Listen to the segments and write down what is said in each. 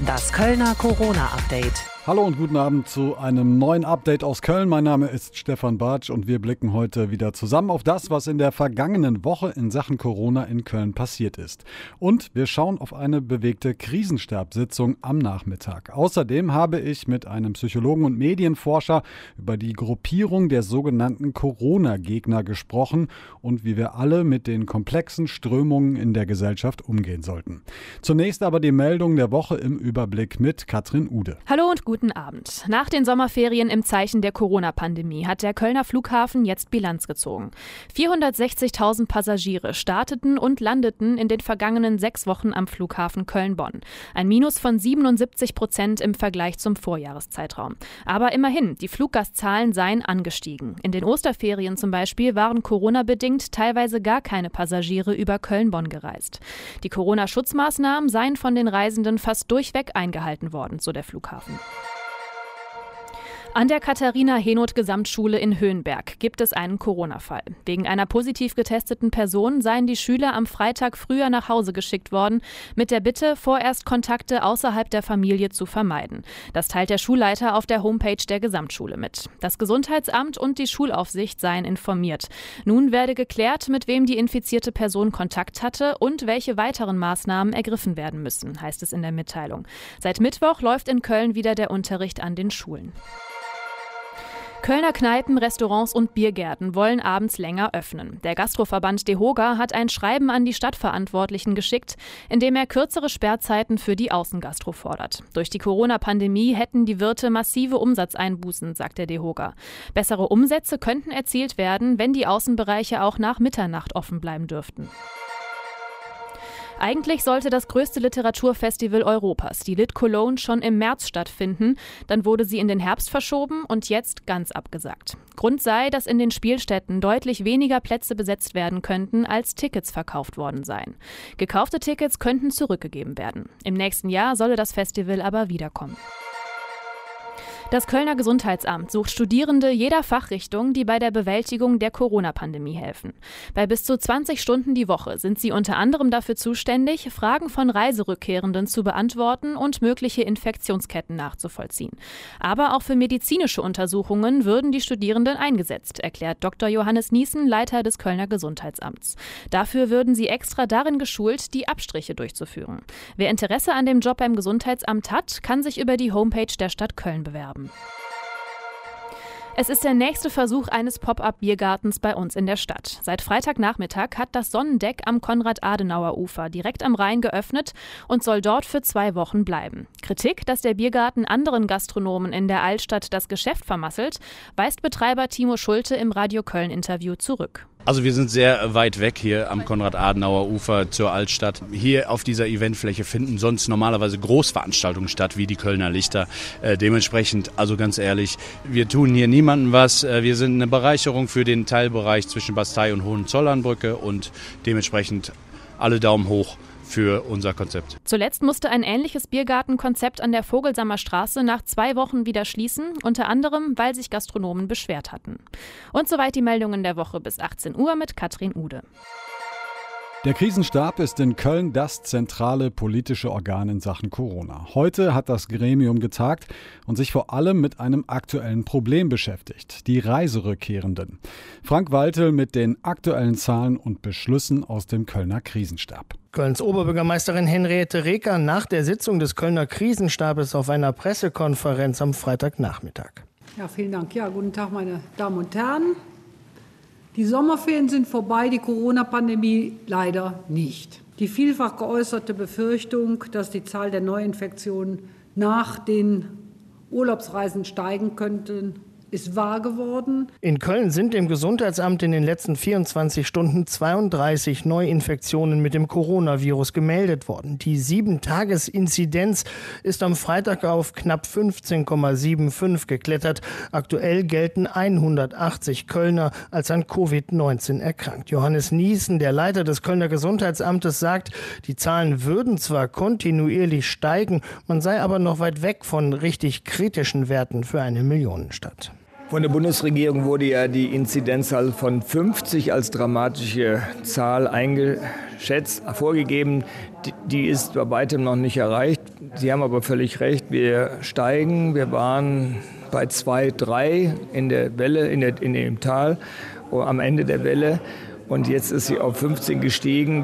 Das Kölner Corona-Update. Hallo und guten Abend zu einem neuen Update aus Köln. Mein Name ist Stefan Bartsch und wir blicken heute wieder zusammen auf das, was in der vergangenen Woche in Sachen Corona in Köln passiert ist. Und wir schauen auf eine bewegte Krisenstabssitzung am Nachmittag. Außerdem habe ich mit einem Psychologen und Medienforscher über die Gruppierung der sogenannten Corona-Gegner gesprochen und wie wir alle mit den komplexen Strömungen in der Gesellschaft umgehen sollten. Zunächst aber die Meldung der Woche im Überblick mit Katrin Ude. Hallo und guten Abend. Nach den Sommerferien im Zeichen der Corona-Pandemie hat der Kölner Flughafen jetzt Bilanz gezogen. 460.000 Passagiere starteten und landeten in den vergangenen 6 Wochen am Flughafen Köln-Bonn. Ein Minus von 77% im Vergleich zum Vorjahreszeitraum. Aber immerhin, die Fluggastzahlen seien angestiegen. In den Osterferien zum Beispiel waren Corona-bedingt teilweise gar keine Passagiere über Köln-Bonn gereist. Die Corona-Schutzmaßnahmen seien von den Reisenden fast durchweg eingehalten worden, so der Flughafen. An der Katharina-Henoth-Gesamtschule in Höhenberg gibt es einen Corona-Fall. Wegen einer positiv getesteten Person seien die Schüler am Freitag früher nach Hause geschickt worden, mit der Bitte, vorerst Kontakte außerhalb der Familie zu vermeiden. Das teilt der Schulleiter auf der Homepage der Gesamtschule mit. Das Gesundheitsamt und die Schulaufsicht seien informiert. Nun werde geklärt, mit wem die infizierte Person Kontakt hatte und welche weiteren Maßnahmen ergriffen werden müssen, heißt es in der Mitteilung. Seit Mittwoch läuft in Köln wieder der Unterricht an den Schulen. Kölner Kneipen, Restaurants und Biergärten wollen abends länger öffnen. Der Gastroverband DEHOGA hat ein Schreiben an die Stadtverantwortlichen geschickt, in dem er kürzere Sperrzeiten für die Außengastro fordert. Durch die Corona-Pandemie hätten die Wirte massive Umsatzeinbußen, sagt der DEHOGA. Bessere Umsätze könnten erzielt werden, wenn die Außenbereiche auch nach Mitternacht offen bleiben dürften. Eigentlich sollte das größte Literaturfestival Europas, die Lit Cologne, schon im März stattfinden. Dann wurde sie in den Herbst verschoben und jetzt ganz abgesagt. Grund sei, dass in den Spielstätten deutlich weniger Plätze besetzt werden könnten, als Tickets verkauft worden seien. Gekaufte Tickets könnten zurückgegeben werden. Im nächsten Jahr solle das Festival aber wiederkommen. Das Kölner Gesundheitsamt sucht Studierende jeder Fachrichtung, die bei der Bewältigung der Corona-Pandemie helfen. Bei bis zu 20 Stunden die Woche sind sie unter anderem dafür zuständig, Fragen von Reiserückkehrenden zu beantworten und mögliche Infektionsketten nachzuvollziehen. Aber auch für medizinische Untersuchungen würden die Studierenden eingesetzt, erklärt Dr. Johannes Niesen, Leiter des Kölner Gesundheitsamts. Dafür würden sie extra darin geschult, die Abstriche durchzuführen. Wer Interesse an dem Job beim Gesundheitsamt hat, kann sich über die Homepage der Stadt Köln bewerben. Es ist der nächste Versuch eines Pop-up-Biergartens bei uns in der Stadt. Seit Freitagnachmittag hat das Sonnendeck am Konrad-Adenauer-Ufer direkt am Rhein geöffnet und soll dort für 2 Wochen bleiben. Kritik, dass der Biergarten anderen Gastronomen in der Altstadt das Geschäft vermasselt, weist Betreiber Timo Schulte im Radio Köln-Interview zurück. Also wir sind sehr weit weg hier am Konrad-Adenauer-Ufer zur Altstadt. Hier auf dieser Eventfläche finden sonst normalerweise Großveranstaltungen statt, wie die Kölner Lichter. Dementsprechend, also ganz ehrlich, wir tun hier niemandem was. Wir sind eine Bereicherung für den Teilbereich zwischen Bastei und Hohenzollernbrücke und dementsprechend alle Daumen hoch für unser Konzept. Zuletzt musste ein ähnliches Biergartenkonzept an der Vogelsammer Straße nach 2 Wochen wieder schließen, unter anderem, weil sich Gastronomen beschwert hatten. Und soweit die Meldungen der Woche bis 18 Uhr mit Katrin Ude. Der Krisenstab ist in Köln das zentrale politische Organ in Sachen Corona. Heute hat das Gremium getagt und sich vor allem mit einem aktuellen Problem beschäftigt: die Reiserückkehrenden. Frank Waltel mit den aktuellen Zahlen und Beschlüssen aus dem Kölner Krisenstab. Kölns Oberbürgermeisterin Henriette Reker nach der Sitzung des Kölner Krisenstabes auf einer Pressekonferenz am Freitagnachmittag. Ja, vielen Dank. Ja, guten Tag, meine Damen und Herren. Die Sommerferien sind vorbei, die Corona-Pandemie leider nicht. Die vielfach geäußerte Befürchtung, dass die Zahl der Neuinfektionen nach den Urlaubsreisen steigen könnte, ist wahr geworden. In Köln sind dem Gesundheitsamt in den letzten 24 Stunden 32 Neuinfektionen mit dem Coronavirus gemeldet worden. Die 7-Tages-Inzidenz ist am Freitag auf knapp 15,75 geklettert. Aktuell gelten 180 Kölner als an Covid-19 erkrankt. Johannes Niesen, der Leiter des Kölner Gesundheitsamtes, sagt, die Zahlen würden zwar kontinuierlich steigen, man sei aber noch weit weg von richtig kritischen Werten für eine Millionenstadt. Von der Bundesregierung wurde ja die Inzidenzzahl von 50 als dramatische Zahl vorgegeben. Die ist bei weitem noch nicht erreicht. Sie haben aber völlig recht, wir steigen. Wir waren bei 2, 3 in der Welle, in dem Tal, am Ende der Welle. Und jetzt ist sie auf 15 gestiegen.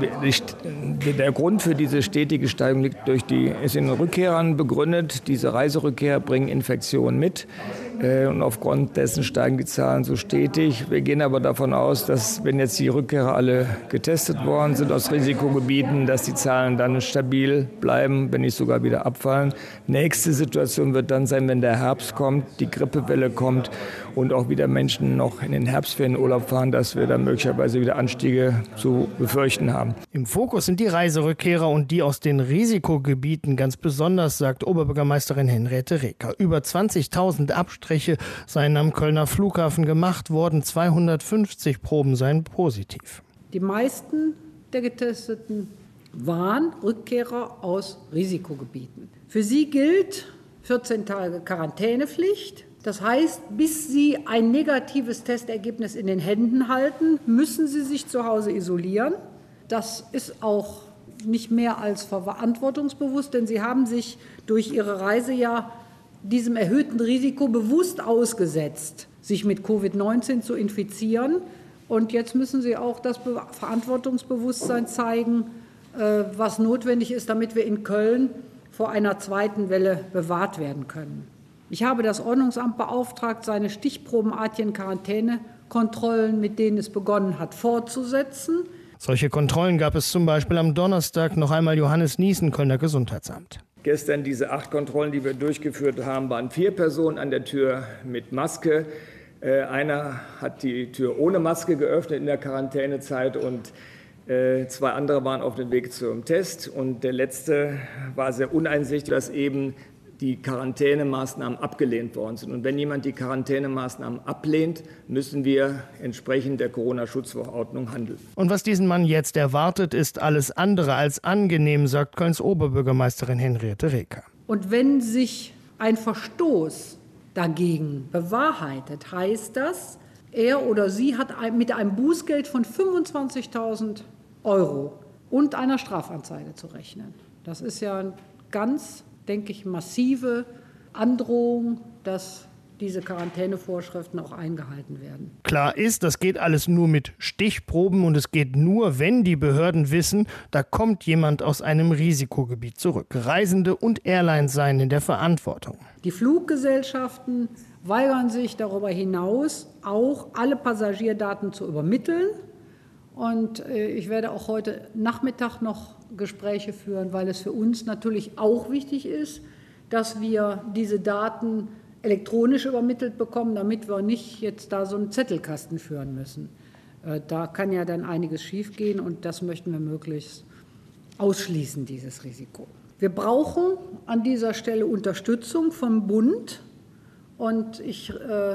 Der Grund für diese stetige Steigung ist in den Rückkehrern begründet. Diese Reiserückkehrer bringen Infektionen mit. Und aufgrund dessen steigen die Zahlen so stetig. Wir gehen aber davon aus, dass, wenn jetzt die Rückkehrer alle getestet worden sind aus Risikogebieten, dass die Zahlen dann stabil bleiben, wenn nicht sogar wieder abfallen. Nächste Situation wird dann sein, wenn der Herbst kommt, die Grippewelle kommt und auch wieder Menschen noch in den Herbstferien Urlaub fahren, dass wir dann möglicherweise wieder Anstiege zu befürchten haben. Im Fokus sind die Reiserückkehrer und die aus den Risikogebieten ganz besonders, sagt Oberbürgermeisterin Henriette Reker. Über 20.000 Abstriche seien am Kölner Flughafen gemacht worden, 250 Proben seien positiv. Die meisten der Getesteten waren Rückkehrer aus Risikogebieten. Für sie gilt 14 Tage Quarantänepflicht. Das heißt, bis Sie ein negatives Testergebnis in den Händen halten, müssen Sie sich zu Hause isolieren. Das ist auch nicht mehr als verantwortungsbewusst, denn Sie haben sich durch Ihre Reise ja diesem erhöhten Risiko bewusst ausgesetzt, sich mit Covid-19 zu infizieren. Und jetzt müssen Sie auch das Verantwortungsbewusstsein zeigen, was notwendig ist, damit wir in Köln vor einer zweiten Welle bewahrt werden können. Ich habe das Ordnungsamt beauftragt, seine stichprobenartigen Quarantänekontrollen, mit denen es begonnen hat, fortzusetzen. Solche Kontrollen gab es zum Beispiel am Donnerstag noch einmal Johannes Niesen, Kölner Gesundheitsamt. Gestern diese 8 Kontrollen, die wir durchgeführt haben, waren 4 Personen an der Tür mit Maske. Einer hat die Tür ohne Maske geöffnet in der Quarantänezeit und 2 andere waren auf dem Weg zum Test. Und der letzte war sehr uneinsichtig, dass eben die Quarantänemaßnahmen abgelehnt worden sind. Und wenn jemand die Quarantänemaßnahmen ablehnt, müssen wir entsprechend der Corona-Schutzverordnung handeln. Und was diesen Mann jetzt erwartet, ist alles andere als angenehm, sagt Kölns Oberbürgermeisterin Henriette Reker. Und wenn sich ein Verstoß dagegen bewahrheitet, heißt das, er oder sie hat mit einem Bußgeld von 25.000 € und einer Strafanzeige zu rechnen. Das ist ja ein ganz, denke ich, massive Androhung, dass diese Quarantänevorschriften auch eingehalten werden. Klar ist, das geht alles nur mit Stichproben und es geht nur, wenn die Behörden wissen, da kommt jemand aus einem Risikogebiet zurück. Reisende und Airlines seien in der Verantwortung. Die Fluggesellschaften weigern sich darüber hinaus, auch alle Passagierdaten zu übermitteln. Und ich werde auch heute Nachmittag noch Gespräche führen, weil es für uns natürlich auch wichtig ist, dass wir diese Daten elektronisch übermittelt bekommen, damit wir nicht jetzt da so einen Zettelkasten führen müssen. Da kann ja dann einiges schiefgehen und das möchten wir möglichst ausschließen, dieses Risiko. Wir brauchen an dieser Stelle Unterstützung vom Bund und ich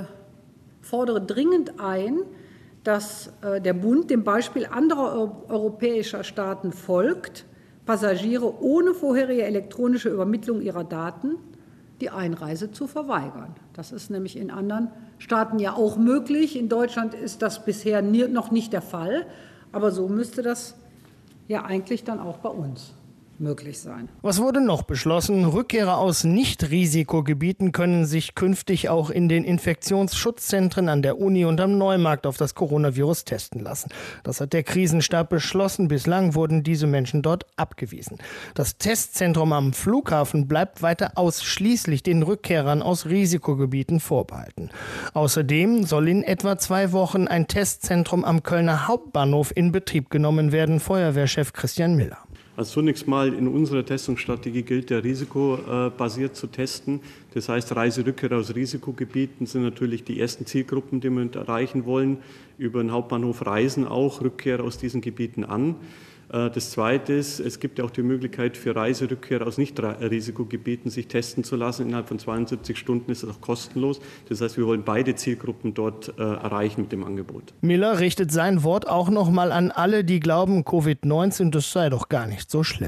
fordere dringend ein, dass der Bund dem Beispiel anderer europäischer Staaten folgt, Passagiere ohne vorherige elektronische Übermittlung ihrer Daten die Einreise zu verweigern. Das ist nämlich in anderen Staaten ja auch möglich. In Deutschland ist das bisher noch nicht der Fall, aber so müsste das ja eigentlich dann auch bei uns möglich sein. Was wurde noch beschlossen? Rückkehrer aus Nicht-Risikogebieten können sich künftig auch in den Infektionsschutzzentren an der Uni und am Neumarkt auf das Coronavirus testen lassen. Das hat der Krisenstab beschlossen. Bislang wurden diese Menschen dort abgewiesen. Das Testzentrum am Flughafen bleibt weiter ausschließlich den Rückkehrern aus Risikogebieten vorbehalten. Außerdem soll in etwa 2 Wochen ein Testzentrum am Kölner Hauptbahnhof in Betrieb genommen werden. Feuerwehrchef Christian Miller. Also zunächst mal in unserer Testungsstrategie gilt ja risikobasiert zu testen. Das heißt, Reiserückkehrer aus Risikogebieten sind natürlich die ersten Zielgruppen, die wir erreichen wollen. Über den Hauptbahnhof reisen auch Rückkehrer aus diesen Gebieten an. Das Zweite ist, es gibt ja auch die Möglichkeit für Reiserückkehrer aus Nicht-Risikogebieten sich testen zu lassen. Innerhalb von 72 Stunden ist es auch kostenlos. Das heißt, wir wollen beide Zielgruppen dort erreichen mit dem Angebot. Miller richtet sein Wort auch noch mal an alle, die glauben, Covid-19, das sei doch gar nicht so schlimm.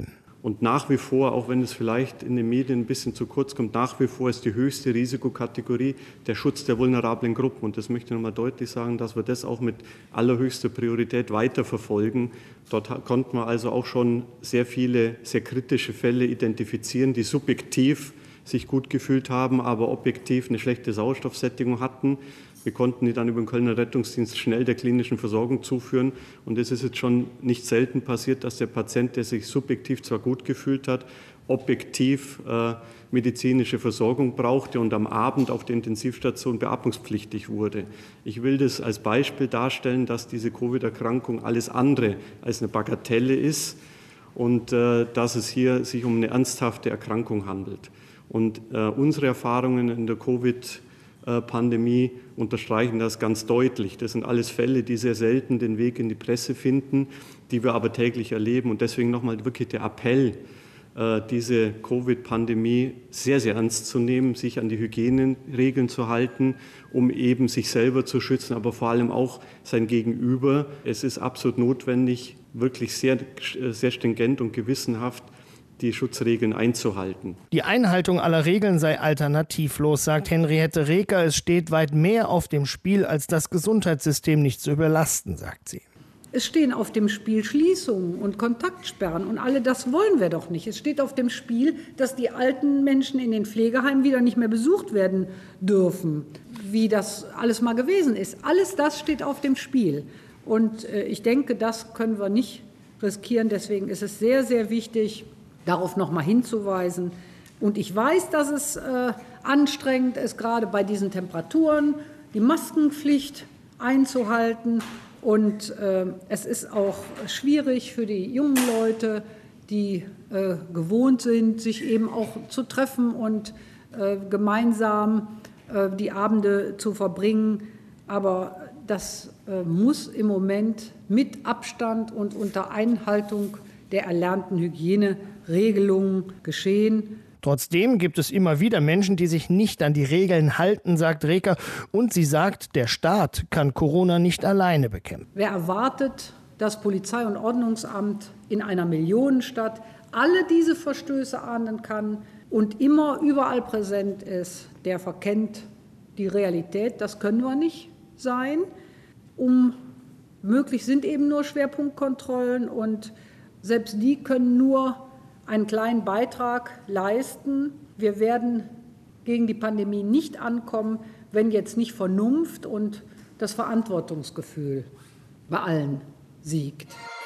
Und nach wie vor, auch wenn es vielleicht in den Medien ein bisschen zu kurz kommt, nach wie vor ist die höchste Risikokategorie der Schutz der vulnerablen Gruppen. Und das möchte ich nochmal deutlich sagen, dass wir das auch mit allerhöchster Priorität weiterverfolgen. Dort konnten wir also auch schon sehr viele, sehr kritische Fälle identifizieren, die subjektiv sich gut gefühlt haben, aber objektiv eine schlechte Sauerstoffsättigung hatten. Wir konnten die dann über den Kölner Rettungsdienst schnell der klinischen Versorgung zuführen. Und es ist jetzt schon nicht selten passiert, dass der Patient, der sich subjektiv zwar gut gefühlt hat, objektiv medizinische Versorgung brauchte und am Abend auf der Intensivstation beatmungspflichtig wurde. Ich will das als Beispiel darstellen, dass diese Covid-Erkrankung alles andere als eine Bagatelle ist und dass es hier sich um eine ernsthafte Erkrankung handelt. Und unsere Erfahrungen in der Covid-Pandemie unterstreichen das ganz deutlich. Das sind alles Fälle, die sehr selten den Weg in die Presse finden, die wir aber täglich erleben. Und deswegen nochmal wirklich der Appell, diese Covid-Pandemie sehr, sehr ernst zu nehmen, sich an die Hygieneregeln zu halten, um eben sich selber zu schützen, aber vor allem auch sein Gegenüber. Es ist absolut notwendig, wirklich sehr, sehr stringent und gewissenhaft die Schutzregeln einzuhalten. Die Einhaltung aller Regeln sei alternativlos, sagt Henriette Reker. Es steht weit mehr auf dem Spiel, als das Gesundheitssystem nicht zu überlasten, sagt sie. Es stehen auf dem Spiel Schließungen und Kontaktsperren und alle das wollen wir doch nicht. Es steht auf dem Spiel, dass die alten Menschen in den Pflegeheimen wieder nicht mehr besucht werden dürfen, wie das alles mal gewesen ist. Alles das steht auf dem Spiel. Und ich denke, das können wir nicht riskieren. Deswegen ist es sehr, sehr wichtig, darauf noch mal hinzuweisen. Und ich weiß, dass es anstrengend ist, gerade bei diesen Temperaturen, die Maskenpflicht einzuhalten. Und es ist auch schwierig für die jungen Leute, die gewohnt sind, sich eben auch zu treffen und gemeinsam die Abende zu verbringen. Aber das muss im Moment mit Abstand und unter Einhaltung der erlernten Hygieneregelungen geschehen. Trotzdem gibt es immer wieder Menschen, die sich nicht an die Regeln halten, sagt Reker. Und sie sagt, der Staat kann Corona nicht alleine bekämpfen. Wer erwartet, dass Polizei und Ordnungsamt in einer Millionenstadt alle diese Verstöße ahnden kann und immer überall präsent ist, der verkennt die Realität. Das können wir nicht sein. Möglich sind eben nur Schwerpunktkontrollen und selbst die können nur einen kleinen Beitrag leisten. Wir werden gegen die Pandemie nicht ankommen, wenn jetzt nicht Vernunft und das Verantwortungsgefühl bei allen siegt.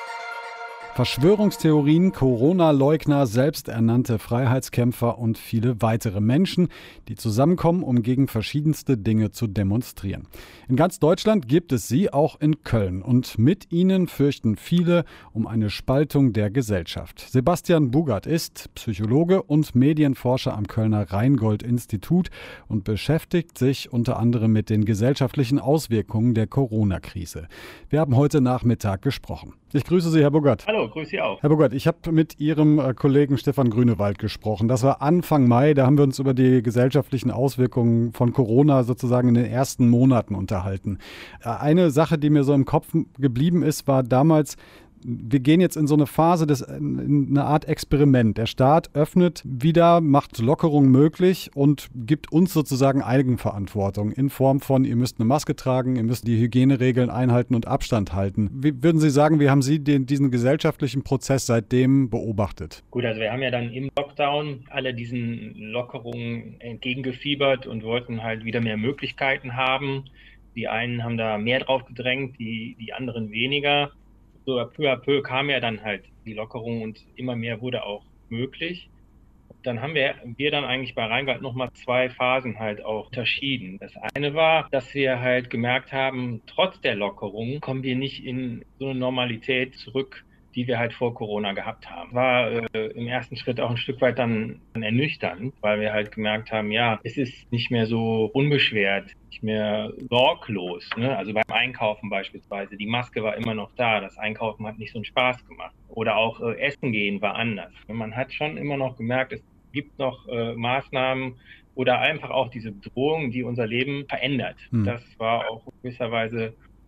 Verschwörungstheorien, Corona-Leugner, selbsternannte Freiheitskämpfer und viele weitere Menschen, die zusammenkommen, um gegen verschiedenste Dinge zu demonstrieren. In ganz Deutschland gibt es sie, auch in Köln. Und mit ihnen fürchten viele um eine Spaltung der Gesellschaft. Sebastian Bugert ist Psychologe und Medienforscher am Kölner Rheingold-Institut und beschäftigt sich unter anderem mit den gesellschaftlichen Auswirkungen der Corona-Krise. Wir haben heute Nachmittag gesprochen. Ich grüße Sie, Herr Bugert. Hallo, grüße Sie auch. Herr Bugert, ich habe mit Ihrem Kollegen Stefan Grünewald gesprochen. Das war Anfang Mai, da haben wir uns über die gesellschaftlichen Auswirkungen von Corona sozusagen in den ersten Monaten unterhalten. Eine Sache, die mir so im Kopf geblieben ist, war damals, wir gehen jetzt in so eine Phase, eine Art Experiment. Der Staat öffnet wieder, macht Lockerungen möglich und gibt uns sozusagen Eigenverantwortung in Form von, ihr müsst eine Maske tragen, ihr müsst die Hygieneregeln einhalten und Abstand halten. Wie würden Sie sagen, wie haben Sie diesen gesellschaftlichen Prozess seitdem beobachtet? Gut, also wir haben ja dann im Lockdown alle diesen Lockerungen entgegengefiebert und wollten halt wieder mehr Möglichkeiten haben. Die einen haben da mehr drauf gedrängt, die anderen weniger. So peu à peu kam ja dann halt die Lockerung und immer mehr wurde auch möglich. Dann haben wir dann eigentlich bei Rheingold nochmal 2 Phasen halt auch unterschieden. Das eine war, dass wir halt gemerkt haben, trotz der Lockerung kommen wir nicht in so eine Normalität zurück, die wir halt vor Corona gehabt haben. War im ersten Schritt auch ein Stück weit dann ernüchternd, weil wir halt gemerkt haben, ja, es ist nicht mehr so unbeschwert, nicht mehr sorglos, ne? Also beim Einkaufen beispielsweise, die Maske war immer noch da, das Einkaufen hat nicht so einen Spaß gemacht. Oder auch Essen gehen war anders. Man hat schon immer noch gemerkt, es gibt noch Maßnahmen oder einfach auch diese Bedrohung, die unser Leben verändert. Das war auch in gewisser Weise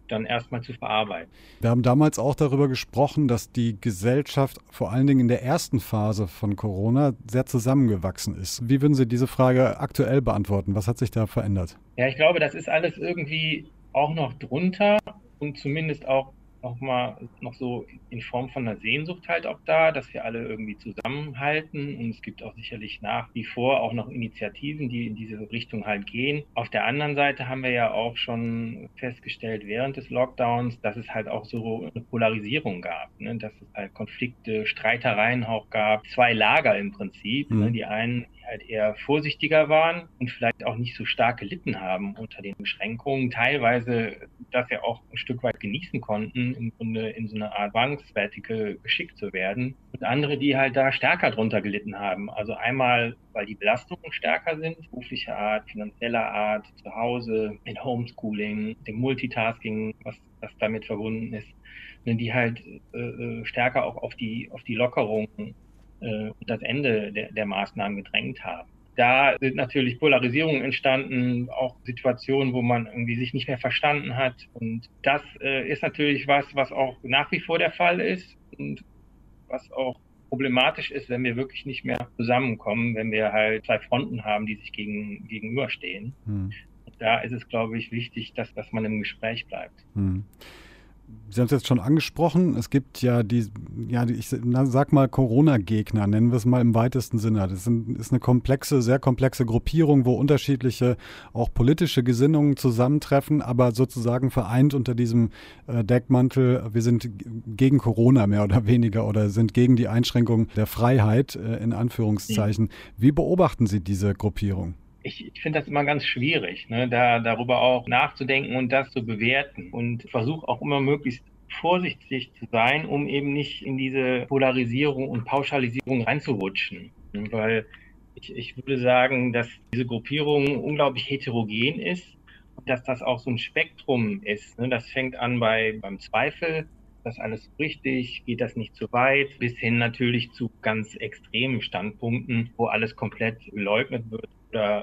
dann erstmal zu verarbeiten. Wir haben damals auch darüber gesprochen, dass die Gesellschaft vor allen Dingen in der ersten Phase von Corona sehr zusammengewachsen ist. Wie würden Sie diese Frage aktuell beantworten? Was hat sich da verändert? Ja, ich glaube, das ist alles irgendwie auch noch drunter und zumindest auch noch so in Form von einer Sehnsucht halt auch da, dass wir alle irgendwie zusammenhalten, und es gibt auch sicherlich nach wie vor auch noch Initiativen, die in diese Richtung halt gehen. Auf der anderen Seite haben wir ja auch schon festgestellt während des Lockdowns, dass es halt auch so eine Polarisierung gab, ne? Dass es halt Konflikte, Streitereien auch gab, zwei Lager im Prinzip, ne? Die einen halt eher vorsichtiger waren und vielleicht auch nicht so stark gelitten haben unter den Beschränkungen, teilweise das ja auch ein Stück weit genießen konnten, im Grunde in so eine Art Zwangsvertical geschickt zu werden, und andere, die halt da stärker drunter gelitten haben. Also einmal, weil die Belastungen stärker sind, beruflicher Art, finanzieller Art, zu Hause, in Homeschooling, dem Multitasking, was damit verbunden ist, die halt stärker auch auf die Lockerung und das Ende der Maßnahmen gedrängt haben. Da sind natürlich Polarisierungen entstanden, auch Situationen, wo man irgendwie sich nicht mehr verstanden hat. Und das ist natürlich was auch nach wie vor der Fall ist und was auch problematisch ist, wenn wir wirklich nicht mehr zusammenkommen, wenn wir halt zwei Fronten haben, die sich gegenüberstehen. Und da ist es, glaube ich, wichtig, dass man im Gespräch bleibt. Sie haben es jetzt schon angesprochen, es gibt ja sag mal Corona-Gegner, nennen wir es mal im weitesten Sinne. Das ist eine sehr komplexe Gruppierung, wo unterschiedliche, auch politische Gesinnungen zusammentreffen, aber sozusagen vereint unter diesem Deckmantel, wir sind gegen Corona mehr oder weniger oder sind gegen die Einschränkung der Freiheit, in Anführungszeichen. Wie beobachten Sie diese Gruppierung? Ich finde das immer ganz schwierig, ne, darüber auch nachzudenken und das zu bewerten, und versuche auch immer möglichst vorsichtig zu sein, um eben nicht in diese Polarisierung und Pauschalisierung reinzurutschen. Weil ich würde sagen, dass diese Gruppierung unglaublich heterogen ist und dass das auch so ein Spektrum ist. Ne. Das fängt an beim Zweifel, das alles richtig, geht das nicht zu weit, bis hin natürlich zu ganz extremen Standpunkten, wo alles komplett geleugnet wird oder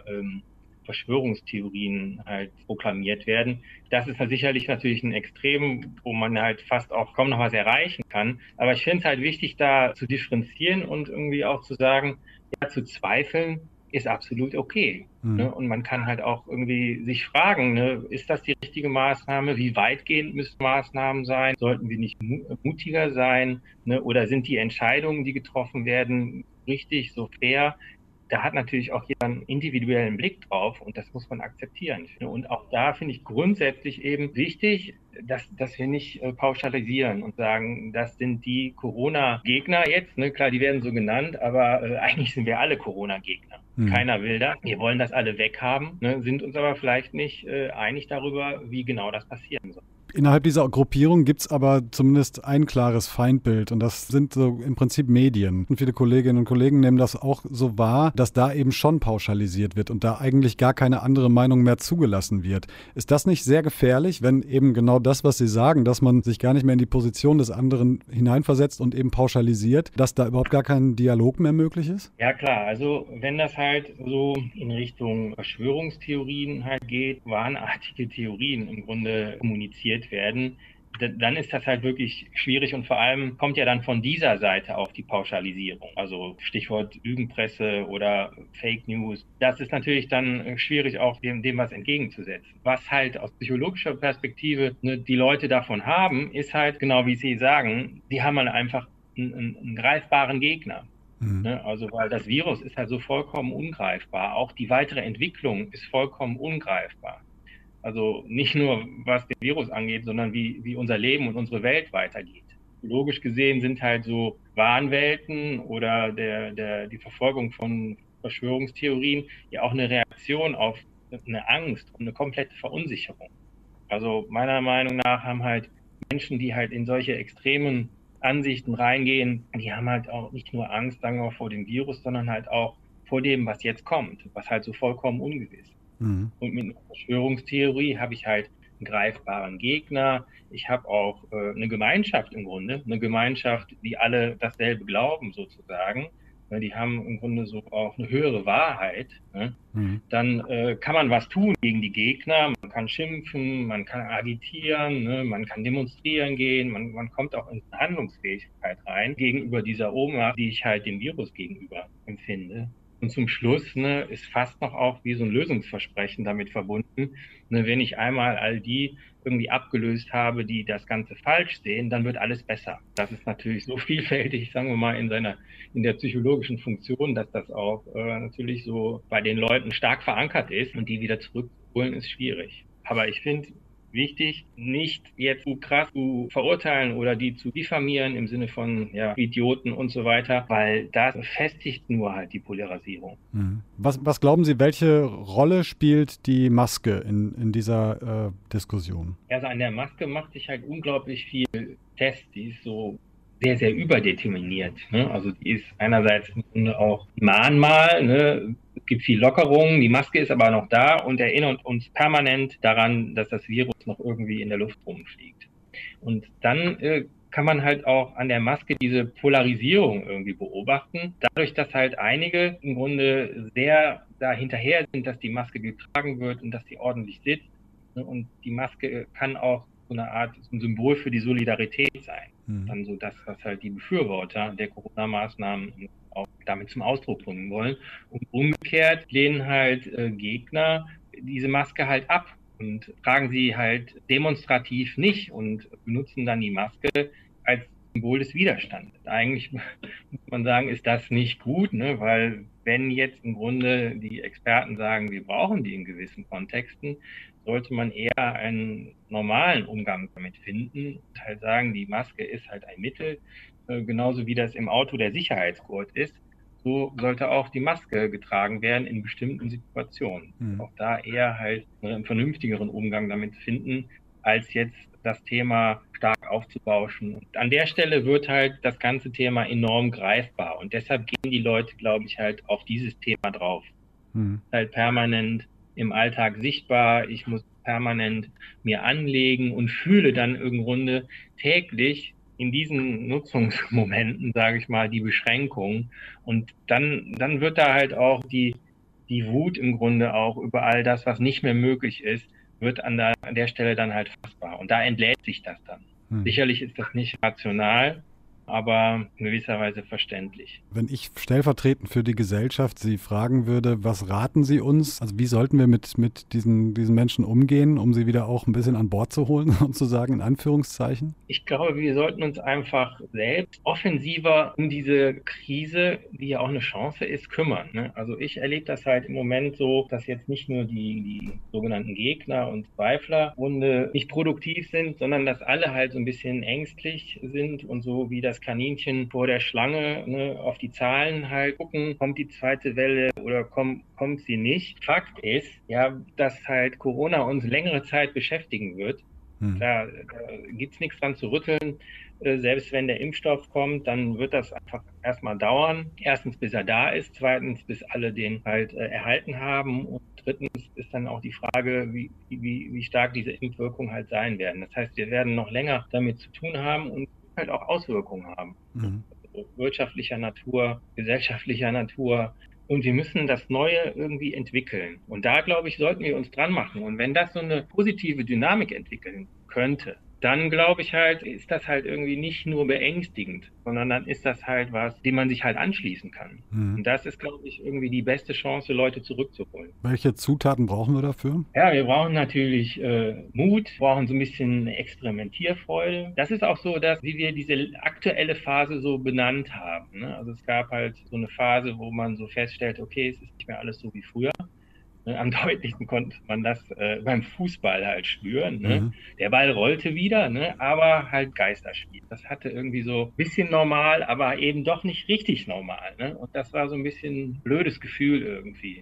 Verschwörungstheorien halt proklamiert werden. Das ist sicherlich natürlich ein Extrem, wo man halt fast auch kaum noch was erreichen kann. Aber ich finde es halt wichtig, da zu differenzieren und irgendwie auch zu sagen, ja, zu zweifeln ist absolut okay. Ne? Und man kann halt auch irgendwie sich fragen, ne, ist das die richtige Maßnahme? Wie weitgehend müssen Maßnahmen sein? Sollten wir nicht mutiger sein? Ne? Oder sind die Entscheidungen, die getroffen werden, richtig, so fair? Da hat natürlich auch jeder einen individuellen Blick drauf, und das muss man akzeptieren. Und auch da finde ich grundsätzlich eben wichtig, dass wir nicht pauschalisieren und sagen, das sind die Corona-Gegner jetzt. Ne? Klar, die werden so genannt, aber eigentlich sind wir alle Corona-Gegner. Keiner will das. Wir wollen das alle weghaben, ne? Sind uns aber vielleicht nicht einig darüber, wie genau das passieren soll. Innerhalb dieser Gruppierung gibt es aber zumindest ein klares Feindbild, und das sind so im Prinzip Medien. Und viele Kolleginnen und Kollegen nehmen das auch so wahr, dass da eben schon pauschalisiert wird und da eigentlich gar keine andere Meinung mehr zugelassen wird. Ist das nicht sehr gefährlich, wenn eben genau das, was Sie sagen, dass man sich gar nicht mehr in die Position des anderen hineinversetzt und eben pauschalisiert, dass da überhaupt gar kein Dialog mehr möglich ist? Ja klar, also wenn das halt so in Richtung Verschwörungstheorien halt geht, wahnartige Theorien im Grunde kommuniziert werden, dann ist das halt wirklich schwierig, und vor allem kommt ja dann von dieser Seite auch die Pauschalisierung. Also Stichwort Lügenpresse oder Fake News. Das ist natürlich dann schwierig, auch dem was entgegenzusetzen. Was halt aus psychologischer Perspektive die Leute davon haben, ist halt, genau wie Sie sagen, die haben halt einfach einen greifbaren Gegner. Also, weil das Virus ist halt so vollkommen ungreifbar. Auch die weitere Entwicklung ist vollkommen ungreifbar. Also nicht nur, was den Virus angeht, sondern wie unser Leben und unsere Welt weitergeht. Logisch gesehen sind halt so Wahnwelten oder die Verfolgung von Verschwörungstheorien ja auch eine Reaktion auf eine Angst und eine komplette Verunsicherung. Also meiner Meinung nach haben halt Menschen, die halt in solche extremen Ansichten reingehen, die haben halt auch nicht nur Angst, sagen wir mal, vor dem Virus, sondern halt auch vor dem, was jetzt kommt, was halt so vollkommen ungewiss ist. Und mit einer Verschwörungstheorie habe ich halt einen greifbaren Gegner. Ich habe auch eine Gemeinschaft im Grunde, eine Gemeinschaft, die alle dasselbe glauben sozusagen. die haben im Grunde so auch eine höhere Wahrheit, dann kann man was tun gegen die Gegner, man kann schimpfen, man kann agitieren, man kann demonstrieren gehen, man kommt auch in Handlungsfähigkeit rein gegenüber dieser Ohnmacht, die ich halt dem Virus gegenüber empfinde. Und zum Schluss ist fast noch auch wie so ein Lösungsversprechen damit verbunden. Wenn ich einmal all die irgendwie abgelöst habe, die das Ganze falsch sehen, dann wird alles besser. Das ist natürlich so vielfältig, sagen wir mal, in der psychologischen Funktion, dass das auch natürlich so bei den Leuten stark verankert ist und die wieder zurückholen, ist schwierig. Aber ich finde wichtig, nicht jetzt zu krass zu verurteilen oder die zu diffamieren im Sinne von Idioten und so weiter, weil das festigt nur halt die Polarisierung. Was glauben Sie, welche Rolle spielt die Maske in dieser Diskussion? Also an der Maske macht sich halt unglaublich viel fest. Die ist so sehr, sehr überdeterminiert. Also die ist einerseits im Grunde auch Mahnmal, es gibt viel Lockerung, die Maske ist aber noch da und erinnert uns permanent daran, dass das Virus noch irgendwie in der Luft rumfliegt. Und dann kann man halt auch an der Maske diese Polarisierung irgendwie beobachten. Dadurch, dass halt einige im Grunde sehr da hinterher sind, dass die Maske getragen wird und dass sie ordentlich sitzt. Und die Maske kann auch so eine Art so ein Symbol für die Solidarität sein. Dann so das, was halt die Befürworter der Corona-Maßnahmen auch damit zum Ausdruck bringen wollen. Und umgekehrt lehnen halt Gegner diese Maske halt ab und tragen sie halt demonstrativ nicht und benutzen dann die Maske als Symbol des Widerstandes. Eigentlich muss man sagen, ist das nicht gut, weil wenn jetzt im Grunde die Experten sagen, wir brauchen die in gewissen Kontexten, sollte man eher einen normalen Umgang damit finden und halt sagen, die Maske ist halt ein Mittel, genauso wie das im Auto der Sicherheitsgurt ist. So sollte auch die Maske getragen werden in bestimmten Situationen. Auch da eher halt einen vernünftigeren Umgang damit finden, als jetzt das Thema stark aufzubauschen. Und an der Stelle wird halt das ganze Thema enorm greifbar. Und deshalb gehen die Leute, glaube ich, halt auf dieses Thema drauf. Halt permanent im Alltag sichtbar. Ich muss permanent mir anlegen und fühle dann im Grunde täglich in diesen Nutzungsmomenten, sage ich mal, die Beschränkung. Und dann wird da halt auch die Wut im Grunde auch über all das, was nicht mehr möglich ist, wird an der Stelle dann halt fassbar. Und da entlädt sich das dann. Sicherlich ist das nicht rational, aber in gewisser Weise verständlich. Wenn ich stellvertretend für die Gesellschaft Sie fragen würde, was raten Sie uns? Also wie sollten wir mit diesen Menschen umgehen, um sie wieder auch ein bisschen an Bord zu holen, sozusagen in Anführungszeichen? Ich glaube, wir sollten uns einfach selbst offensiver um diese Krise, die ja auch eine Chance ist, kümmern. Also ich erlebe das halt im Moment so, dass jetzt nicht nur die sogenannten Gegner und Zweifler nicht produktiv sind, sondern dass alle halt so ein bisschen ängstlich sind und so wie das Kaninchen vor der Schlange auf die Zahlen halt gucken, kommt die zweite Welle oder kommt sie nicht. Fakt ist, dass halt Corona uns längere Zeit beschäftigen wird. Da gibt's nichts dran zu rütteln. Selbst wenn der Impfstoff kommt, dann wird das einfach erstmal dauern. Erstens, bis er da ist. Zweitens, bis alle den halt erhalten haben. Und drittens ist dann auch die Frage, wie stark diese Impfwirkung halt sein werden. Das heißt, wir werden noch länger damit zu tun haben und halt auch Auswirkungen haben. Also wirtschaftlicher Natur, gesellschaftlicher Natur. Und wir müssen das Neue irgendwie entwickeln. Und da, glaube ich, sollten wir uns dran machen. Und wenn das so eine positive Dynamik entwickeln könnte, dann glaube ich halt, ist das halt irgendwie nicht nur beängstigend, sondern dann ist das halt was, dem man sich halt anschließen kann. Und das ist, glaube ich, irgendwie die beste Chance, Leute zurückzuholen. Welche Zutaten brauchen wir dafür? Ja, wir brauchen natürlich Mut, brauchen so ein bisschen Experimentierfreude. Das ist auch so, dass wie wir diese aktuelle Phase so benannt haben. Also es gab halt so eine Phase, wo man so feststellt, okay, es ist nicht mehr alles so wie früher. Am deutlichsten konnte man das beim Fußball halt spüren. Der Ball rollte wieder, aber halt Geisterspiel. Das hatte irgendwie so ein bisschen normal, aber eben doch nicht richtig normal. Und das war so ein bisschen ein blödes Gefühl irgendwie.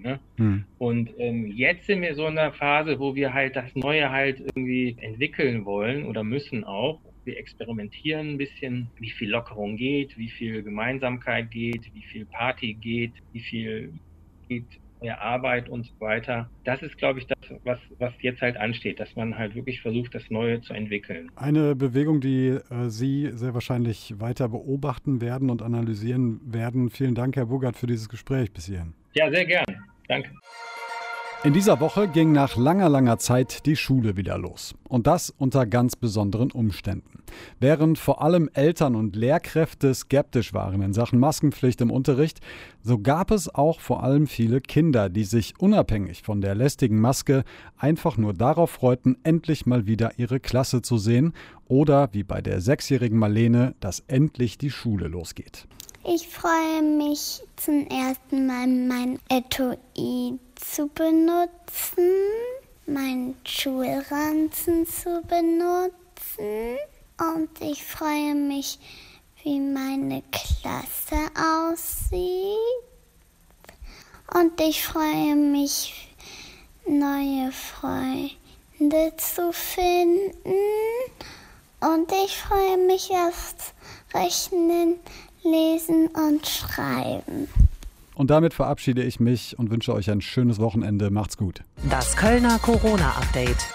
Und jetzt sind wir so in einer Phase, wo wir halt das Neue halt irgendwie entwickeln wollen oder müssen auch. Wir experimentieren ein bisschen, wie viel Lockerung geht, wie viel Gemeinsamkeit geht, wie viel Party geht, wie viel geht neue Arbeit und so weiter. Das ist, glaube ich, das, was jetzt halt ansteht, dass man halt wirklich versucht, das Neue zu entwickeln. Eine Bewegung, die Sie sehr wahrscheinlich weiter beobachten werden und analysieren werden. Vielen Dank, Herr Bogert, für dieses Gespräch bis hierhin. Ja, sehr gern. Danke. In dieser Woche ging nach langer Zeit die Schule wieder los. Und das unter ganz besonderen Umständen. Während vor allem Eltern und Lehrkräfte skeptisch waren in Sachen Maskenpflicht im Unterricht, so gab es auch vor allem viele Kinder, die sich unabhängig von der lästigen Maske einfach nur darauf freuten, endlich mal wieder ihre Klasse zu sehen oder, wie bei der 6-jährigen Marlene, dass endlich die Schule losgeht. Ich freue mich zum ersten Mal, mein Etui zu benutzen, meinen Schulranzen zu benutzen und ich freue mich, wie meine Klasse aussieht und ich freue mich, neue Freunde zu finden und ich freue mich aufs Rechnen, Lesen und Schreiben. Und damit verabschiede ich mich und wünsche euch ein schönes Wochenende. Macht's gut. Das Kölner Corona-Update.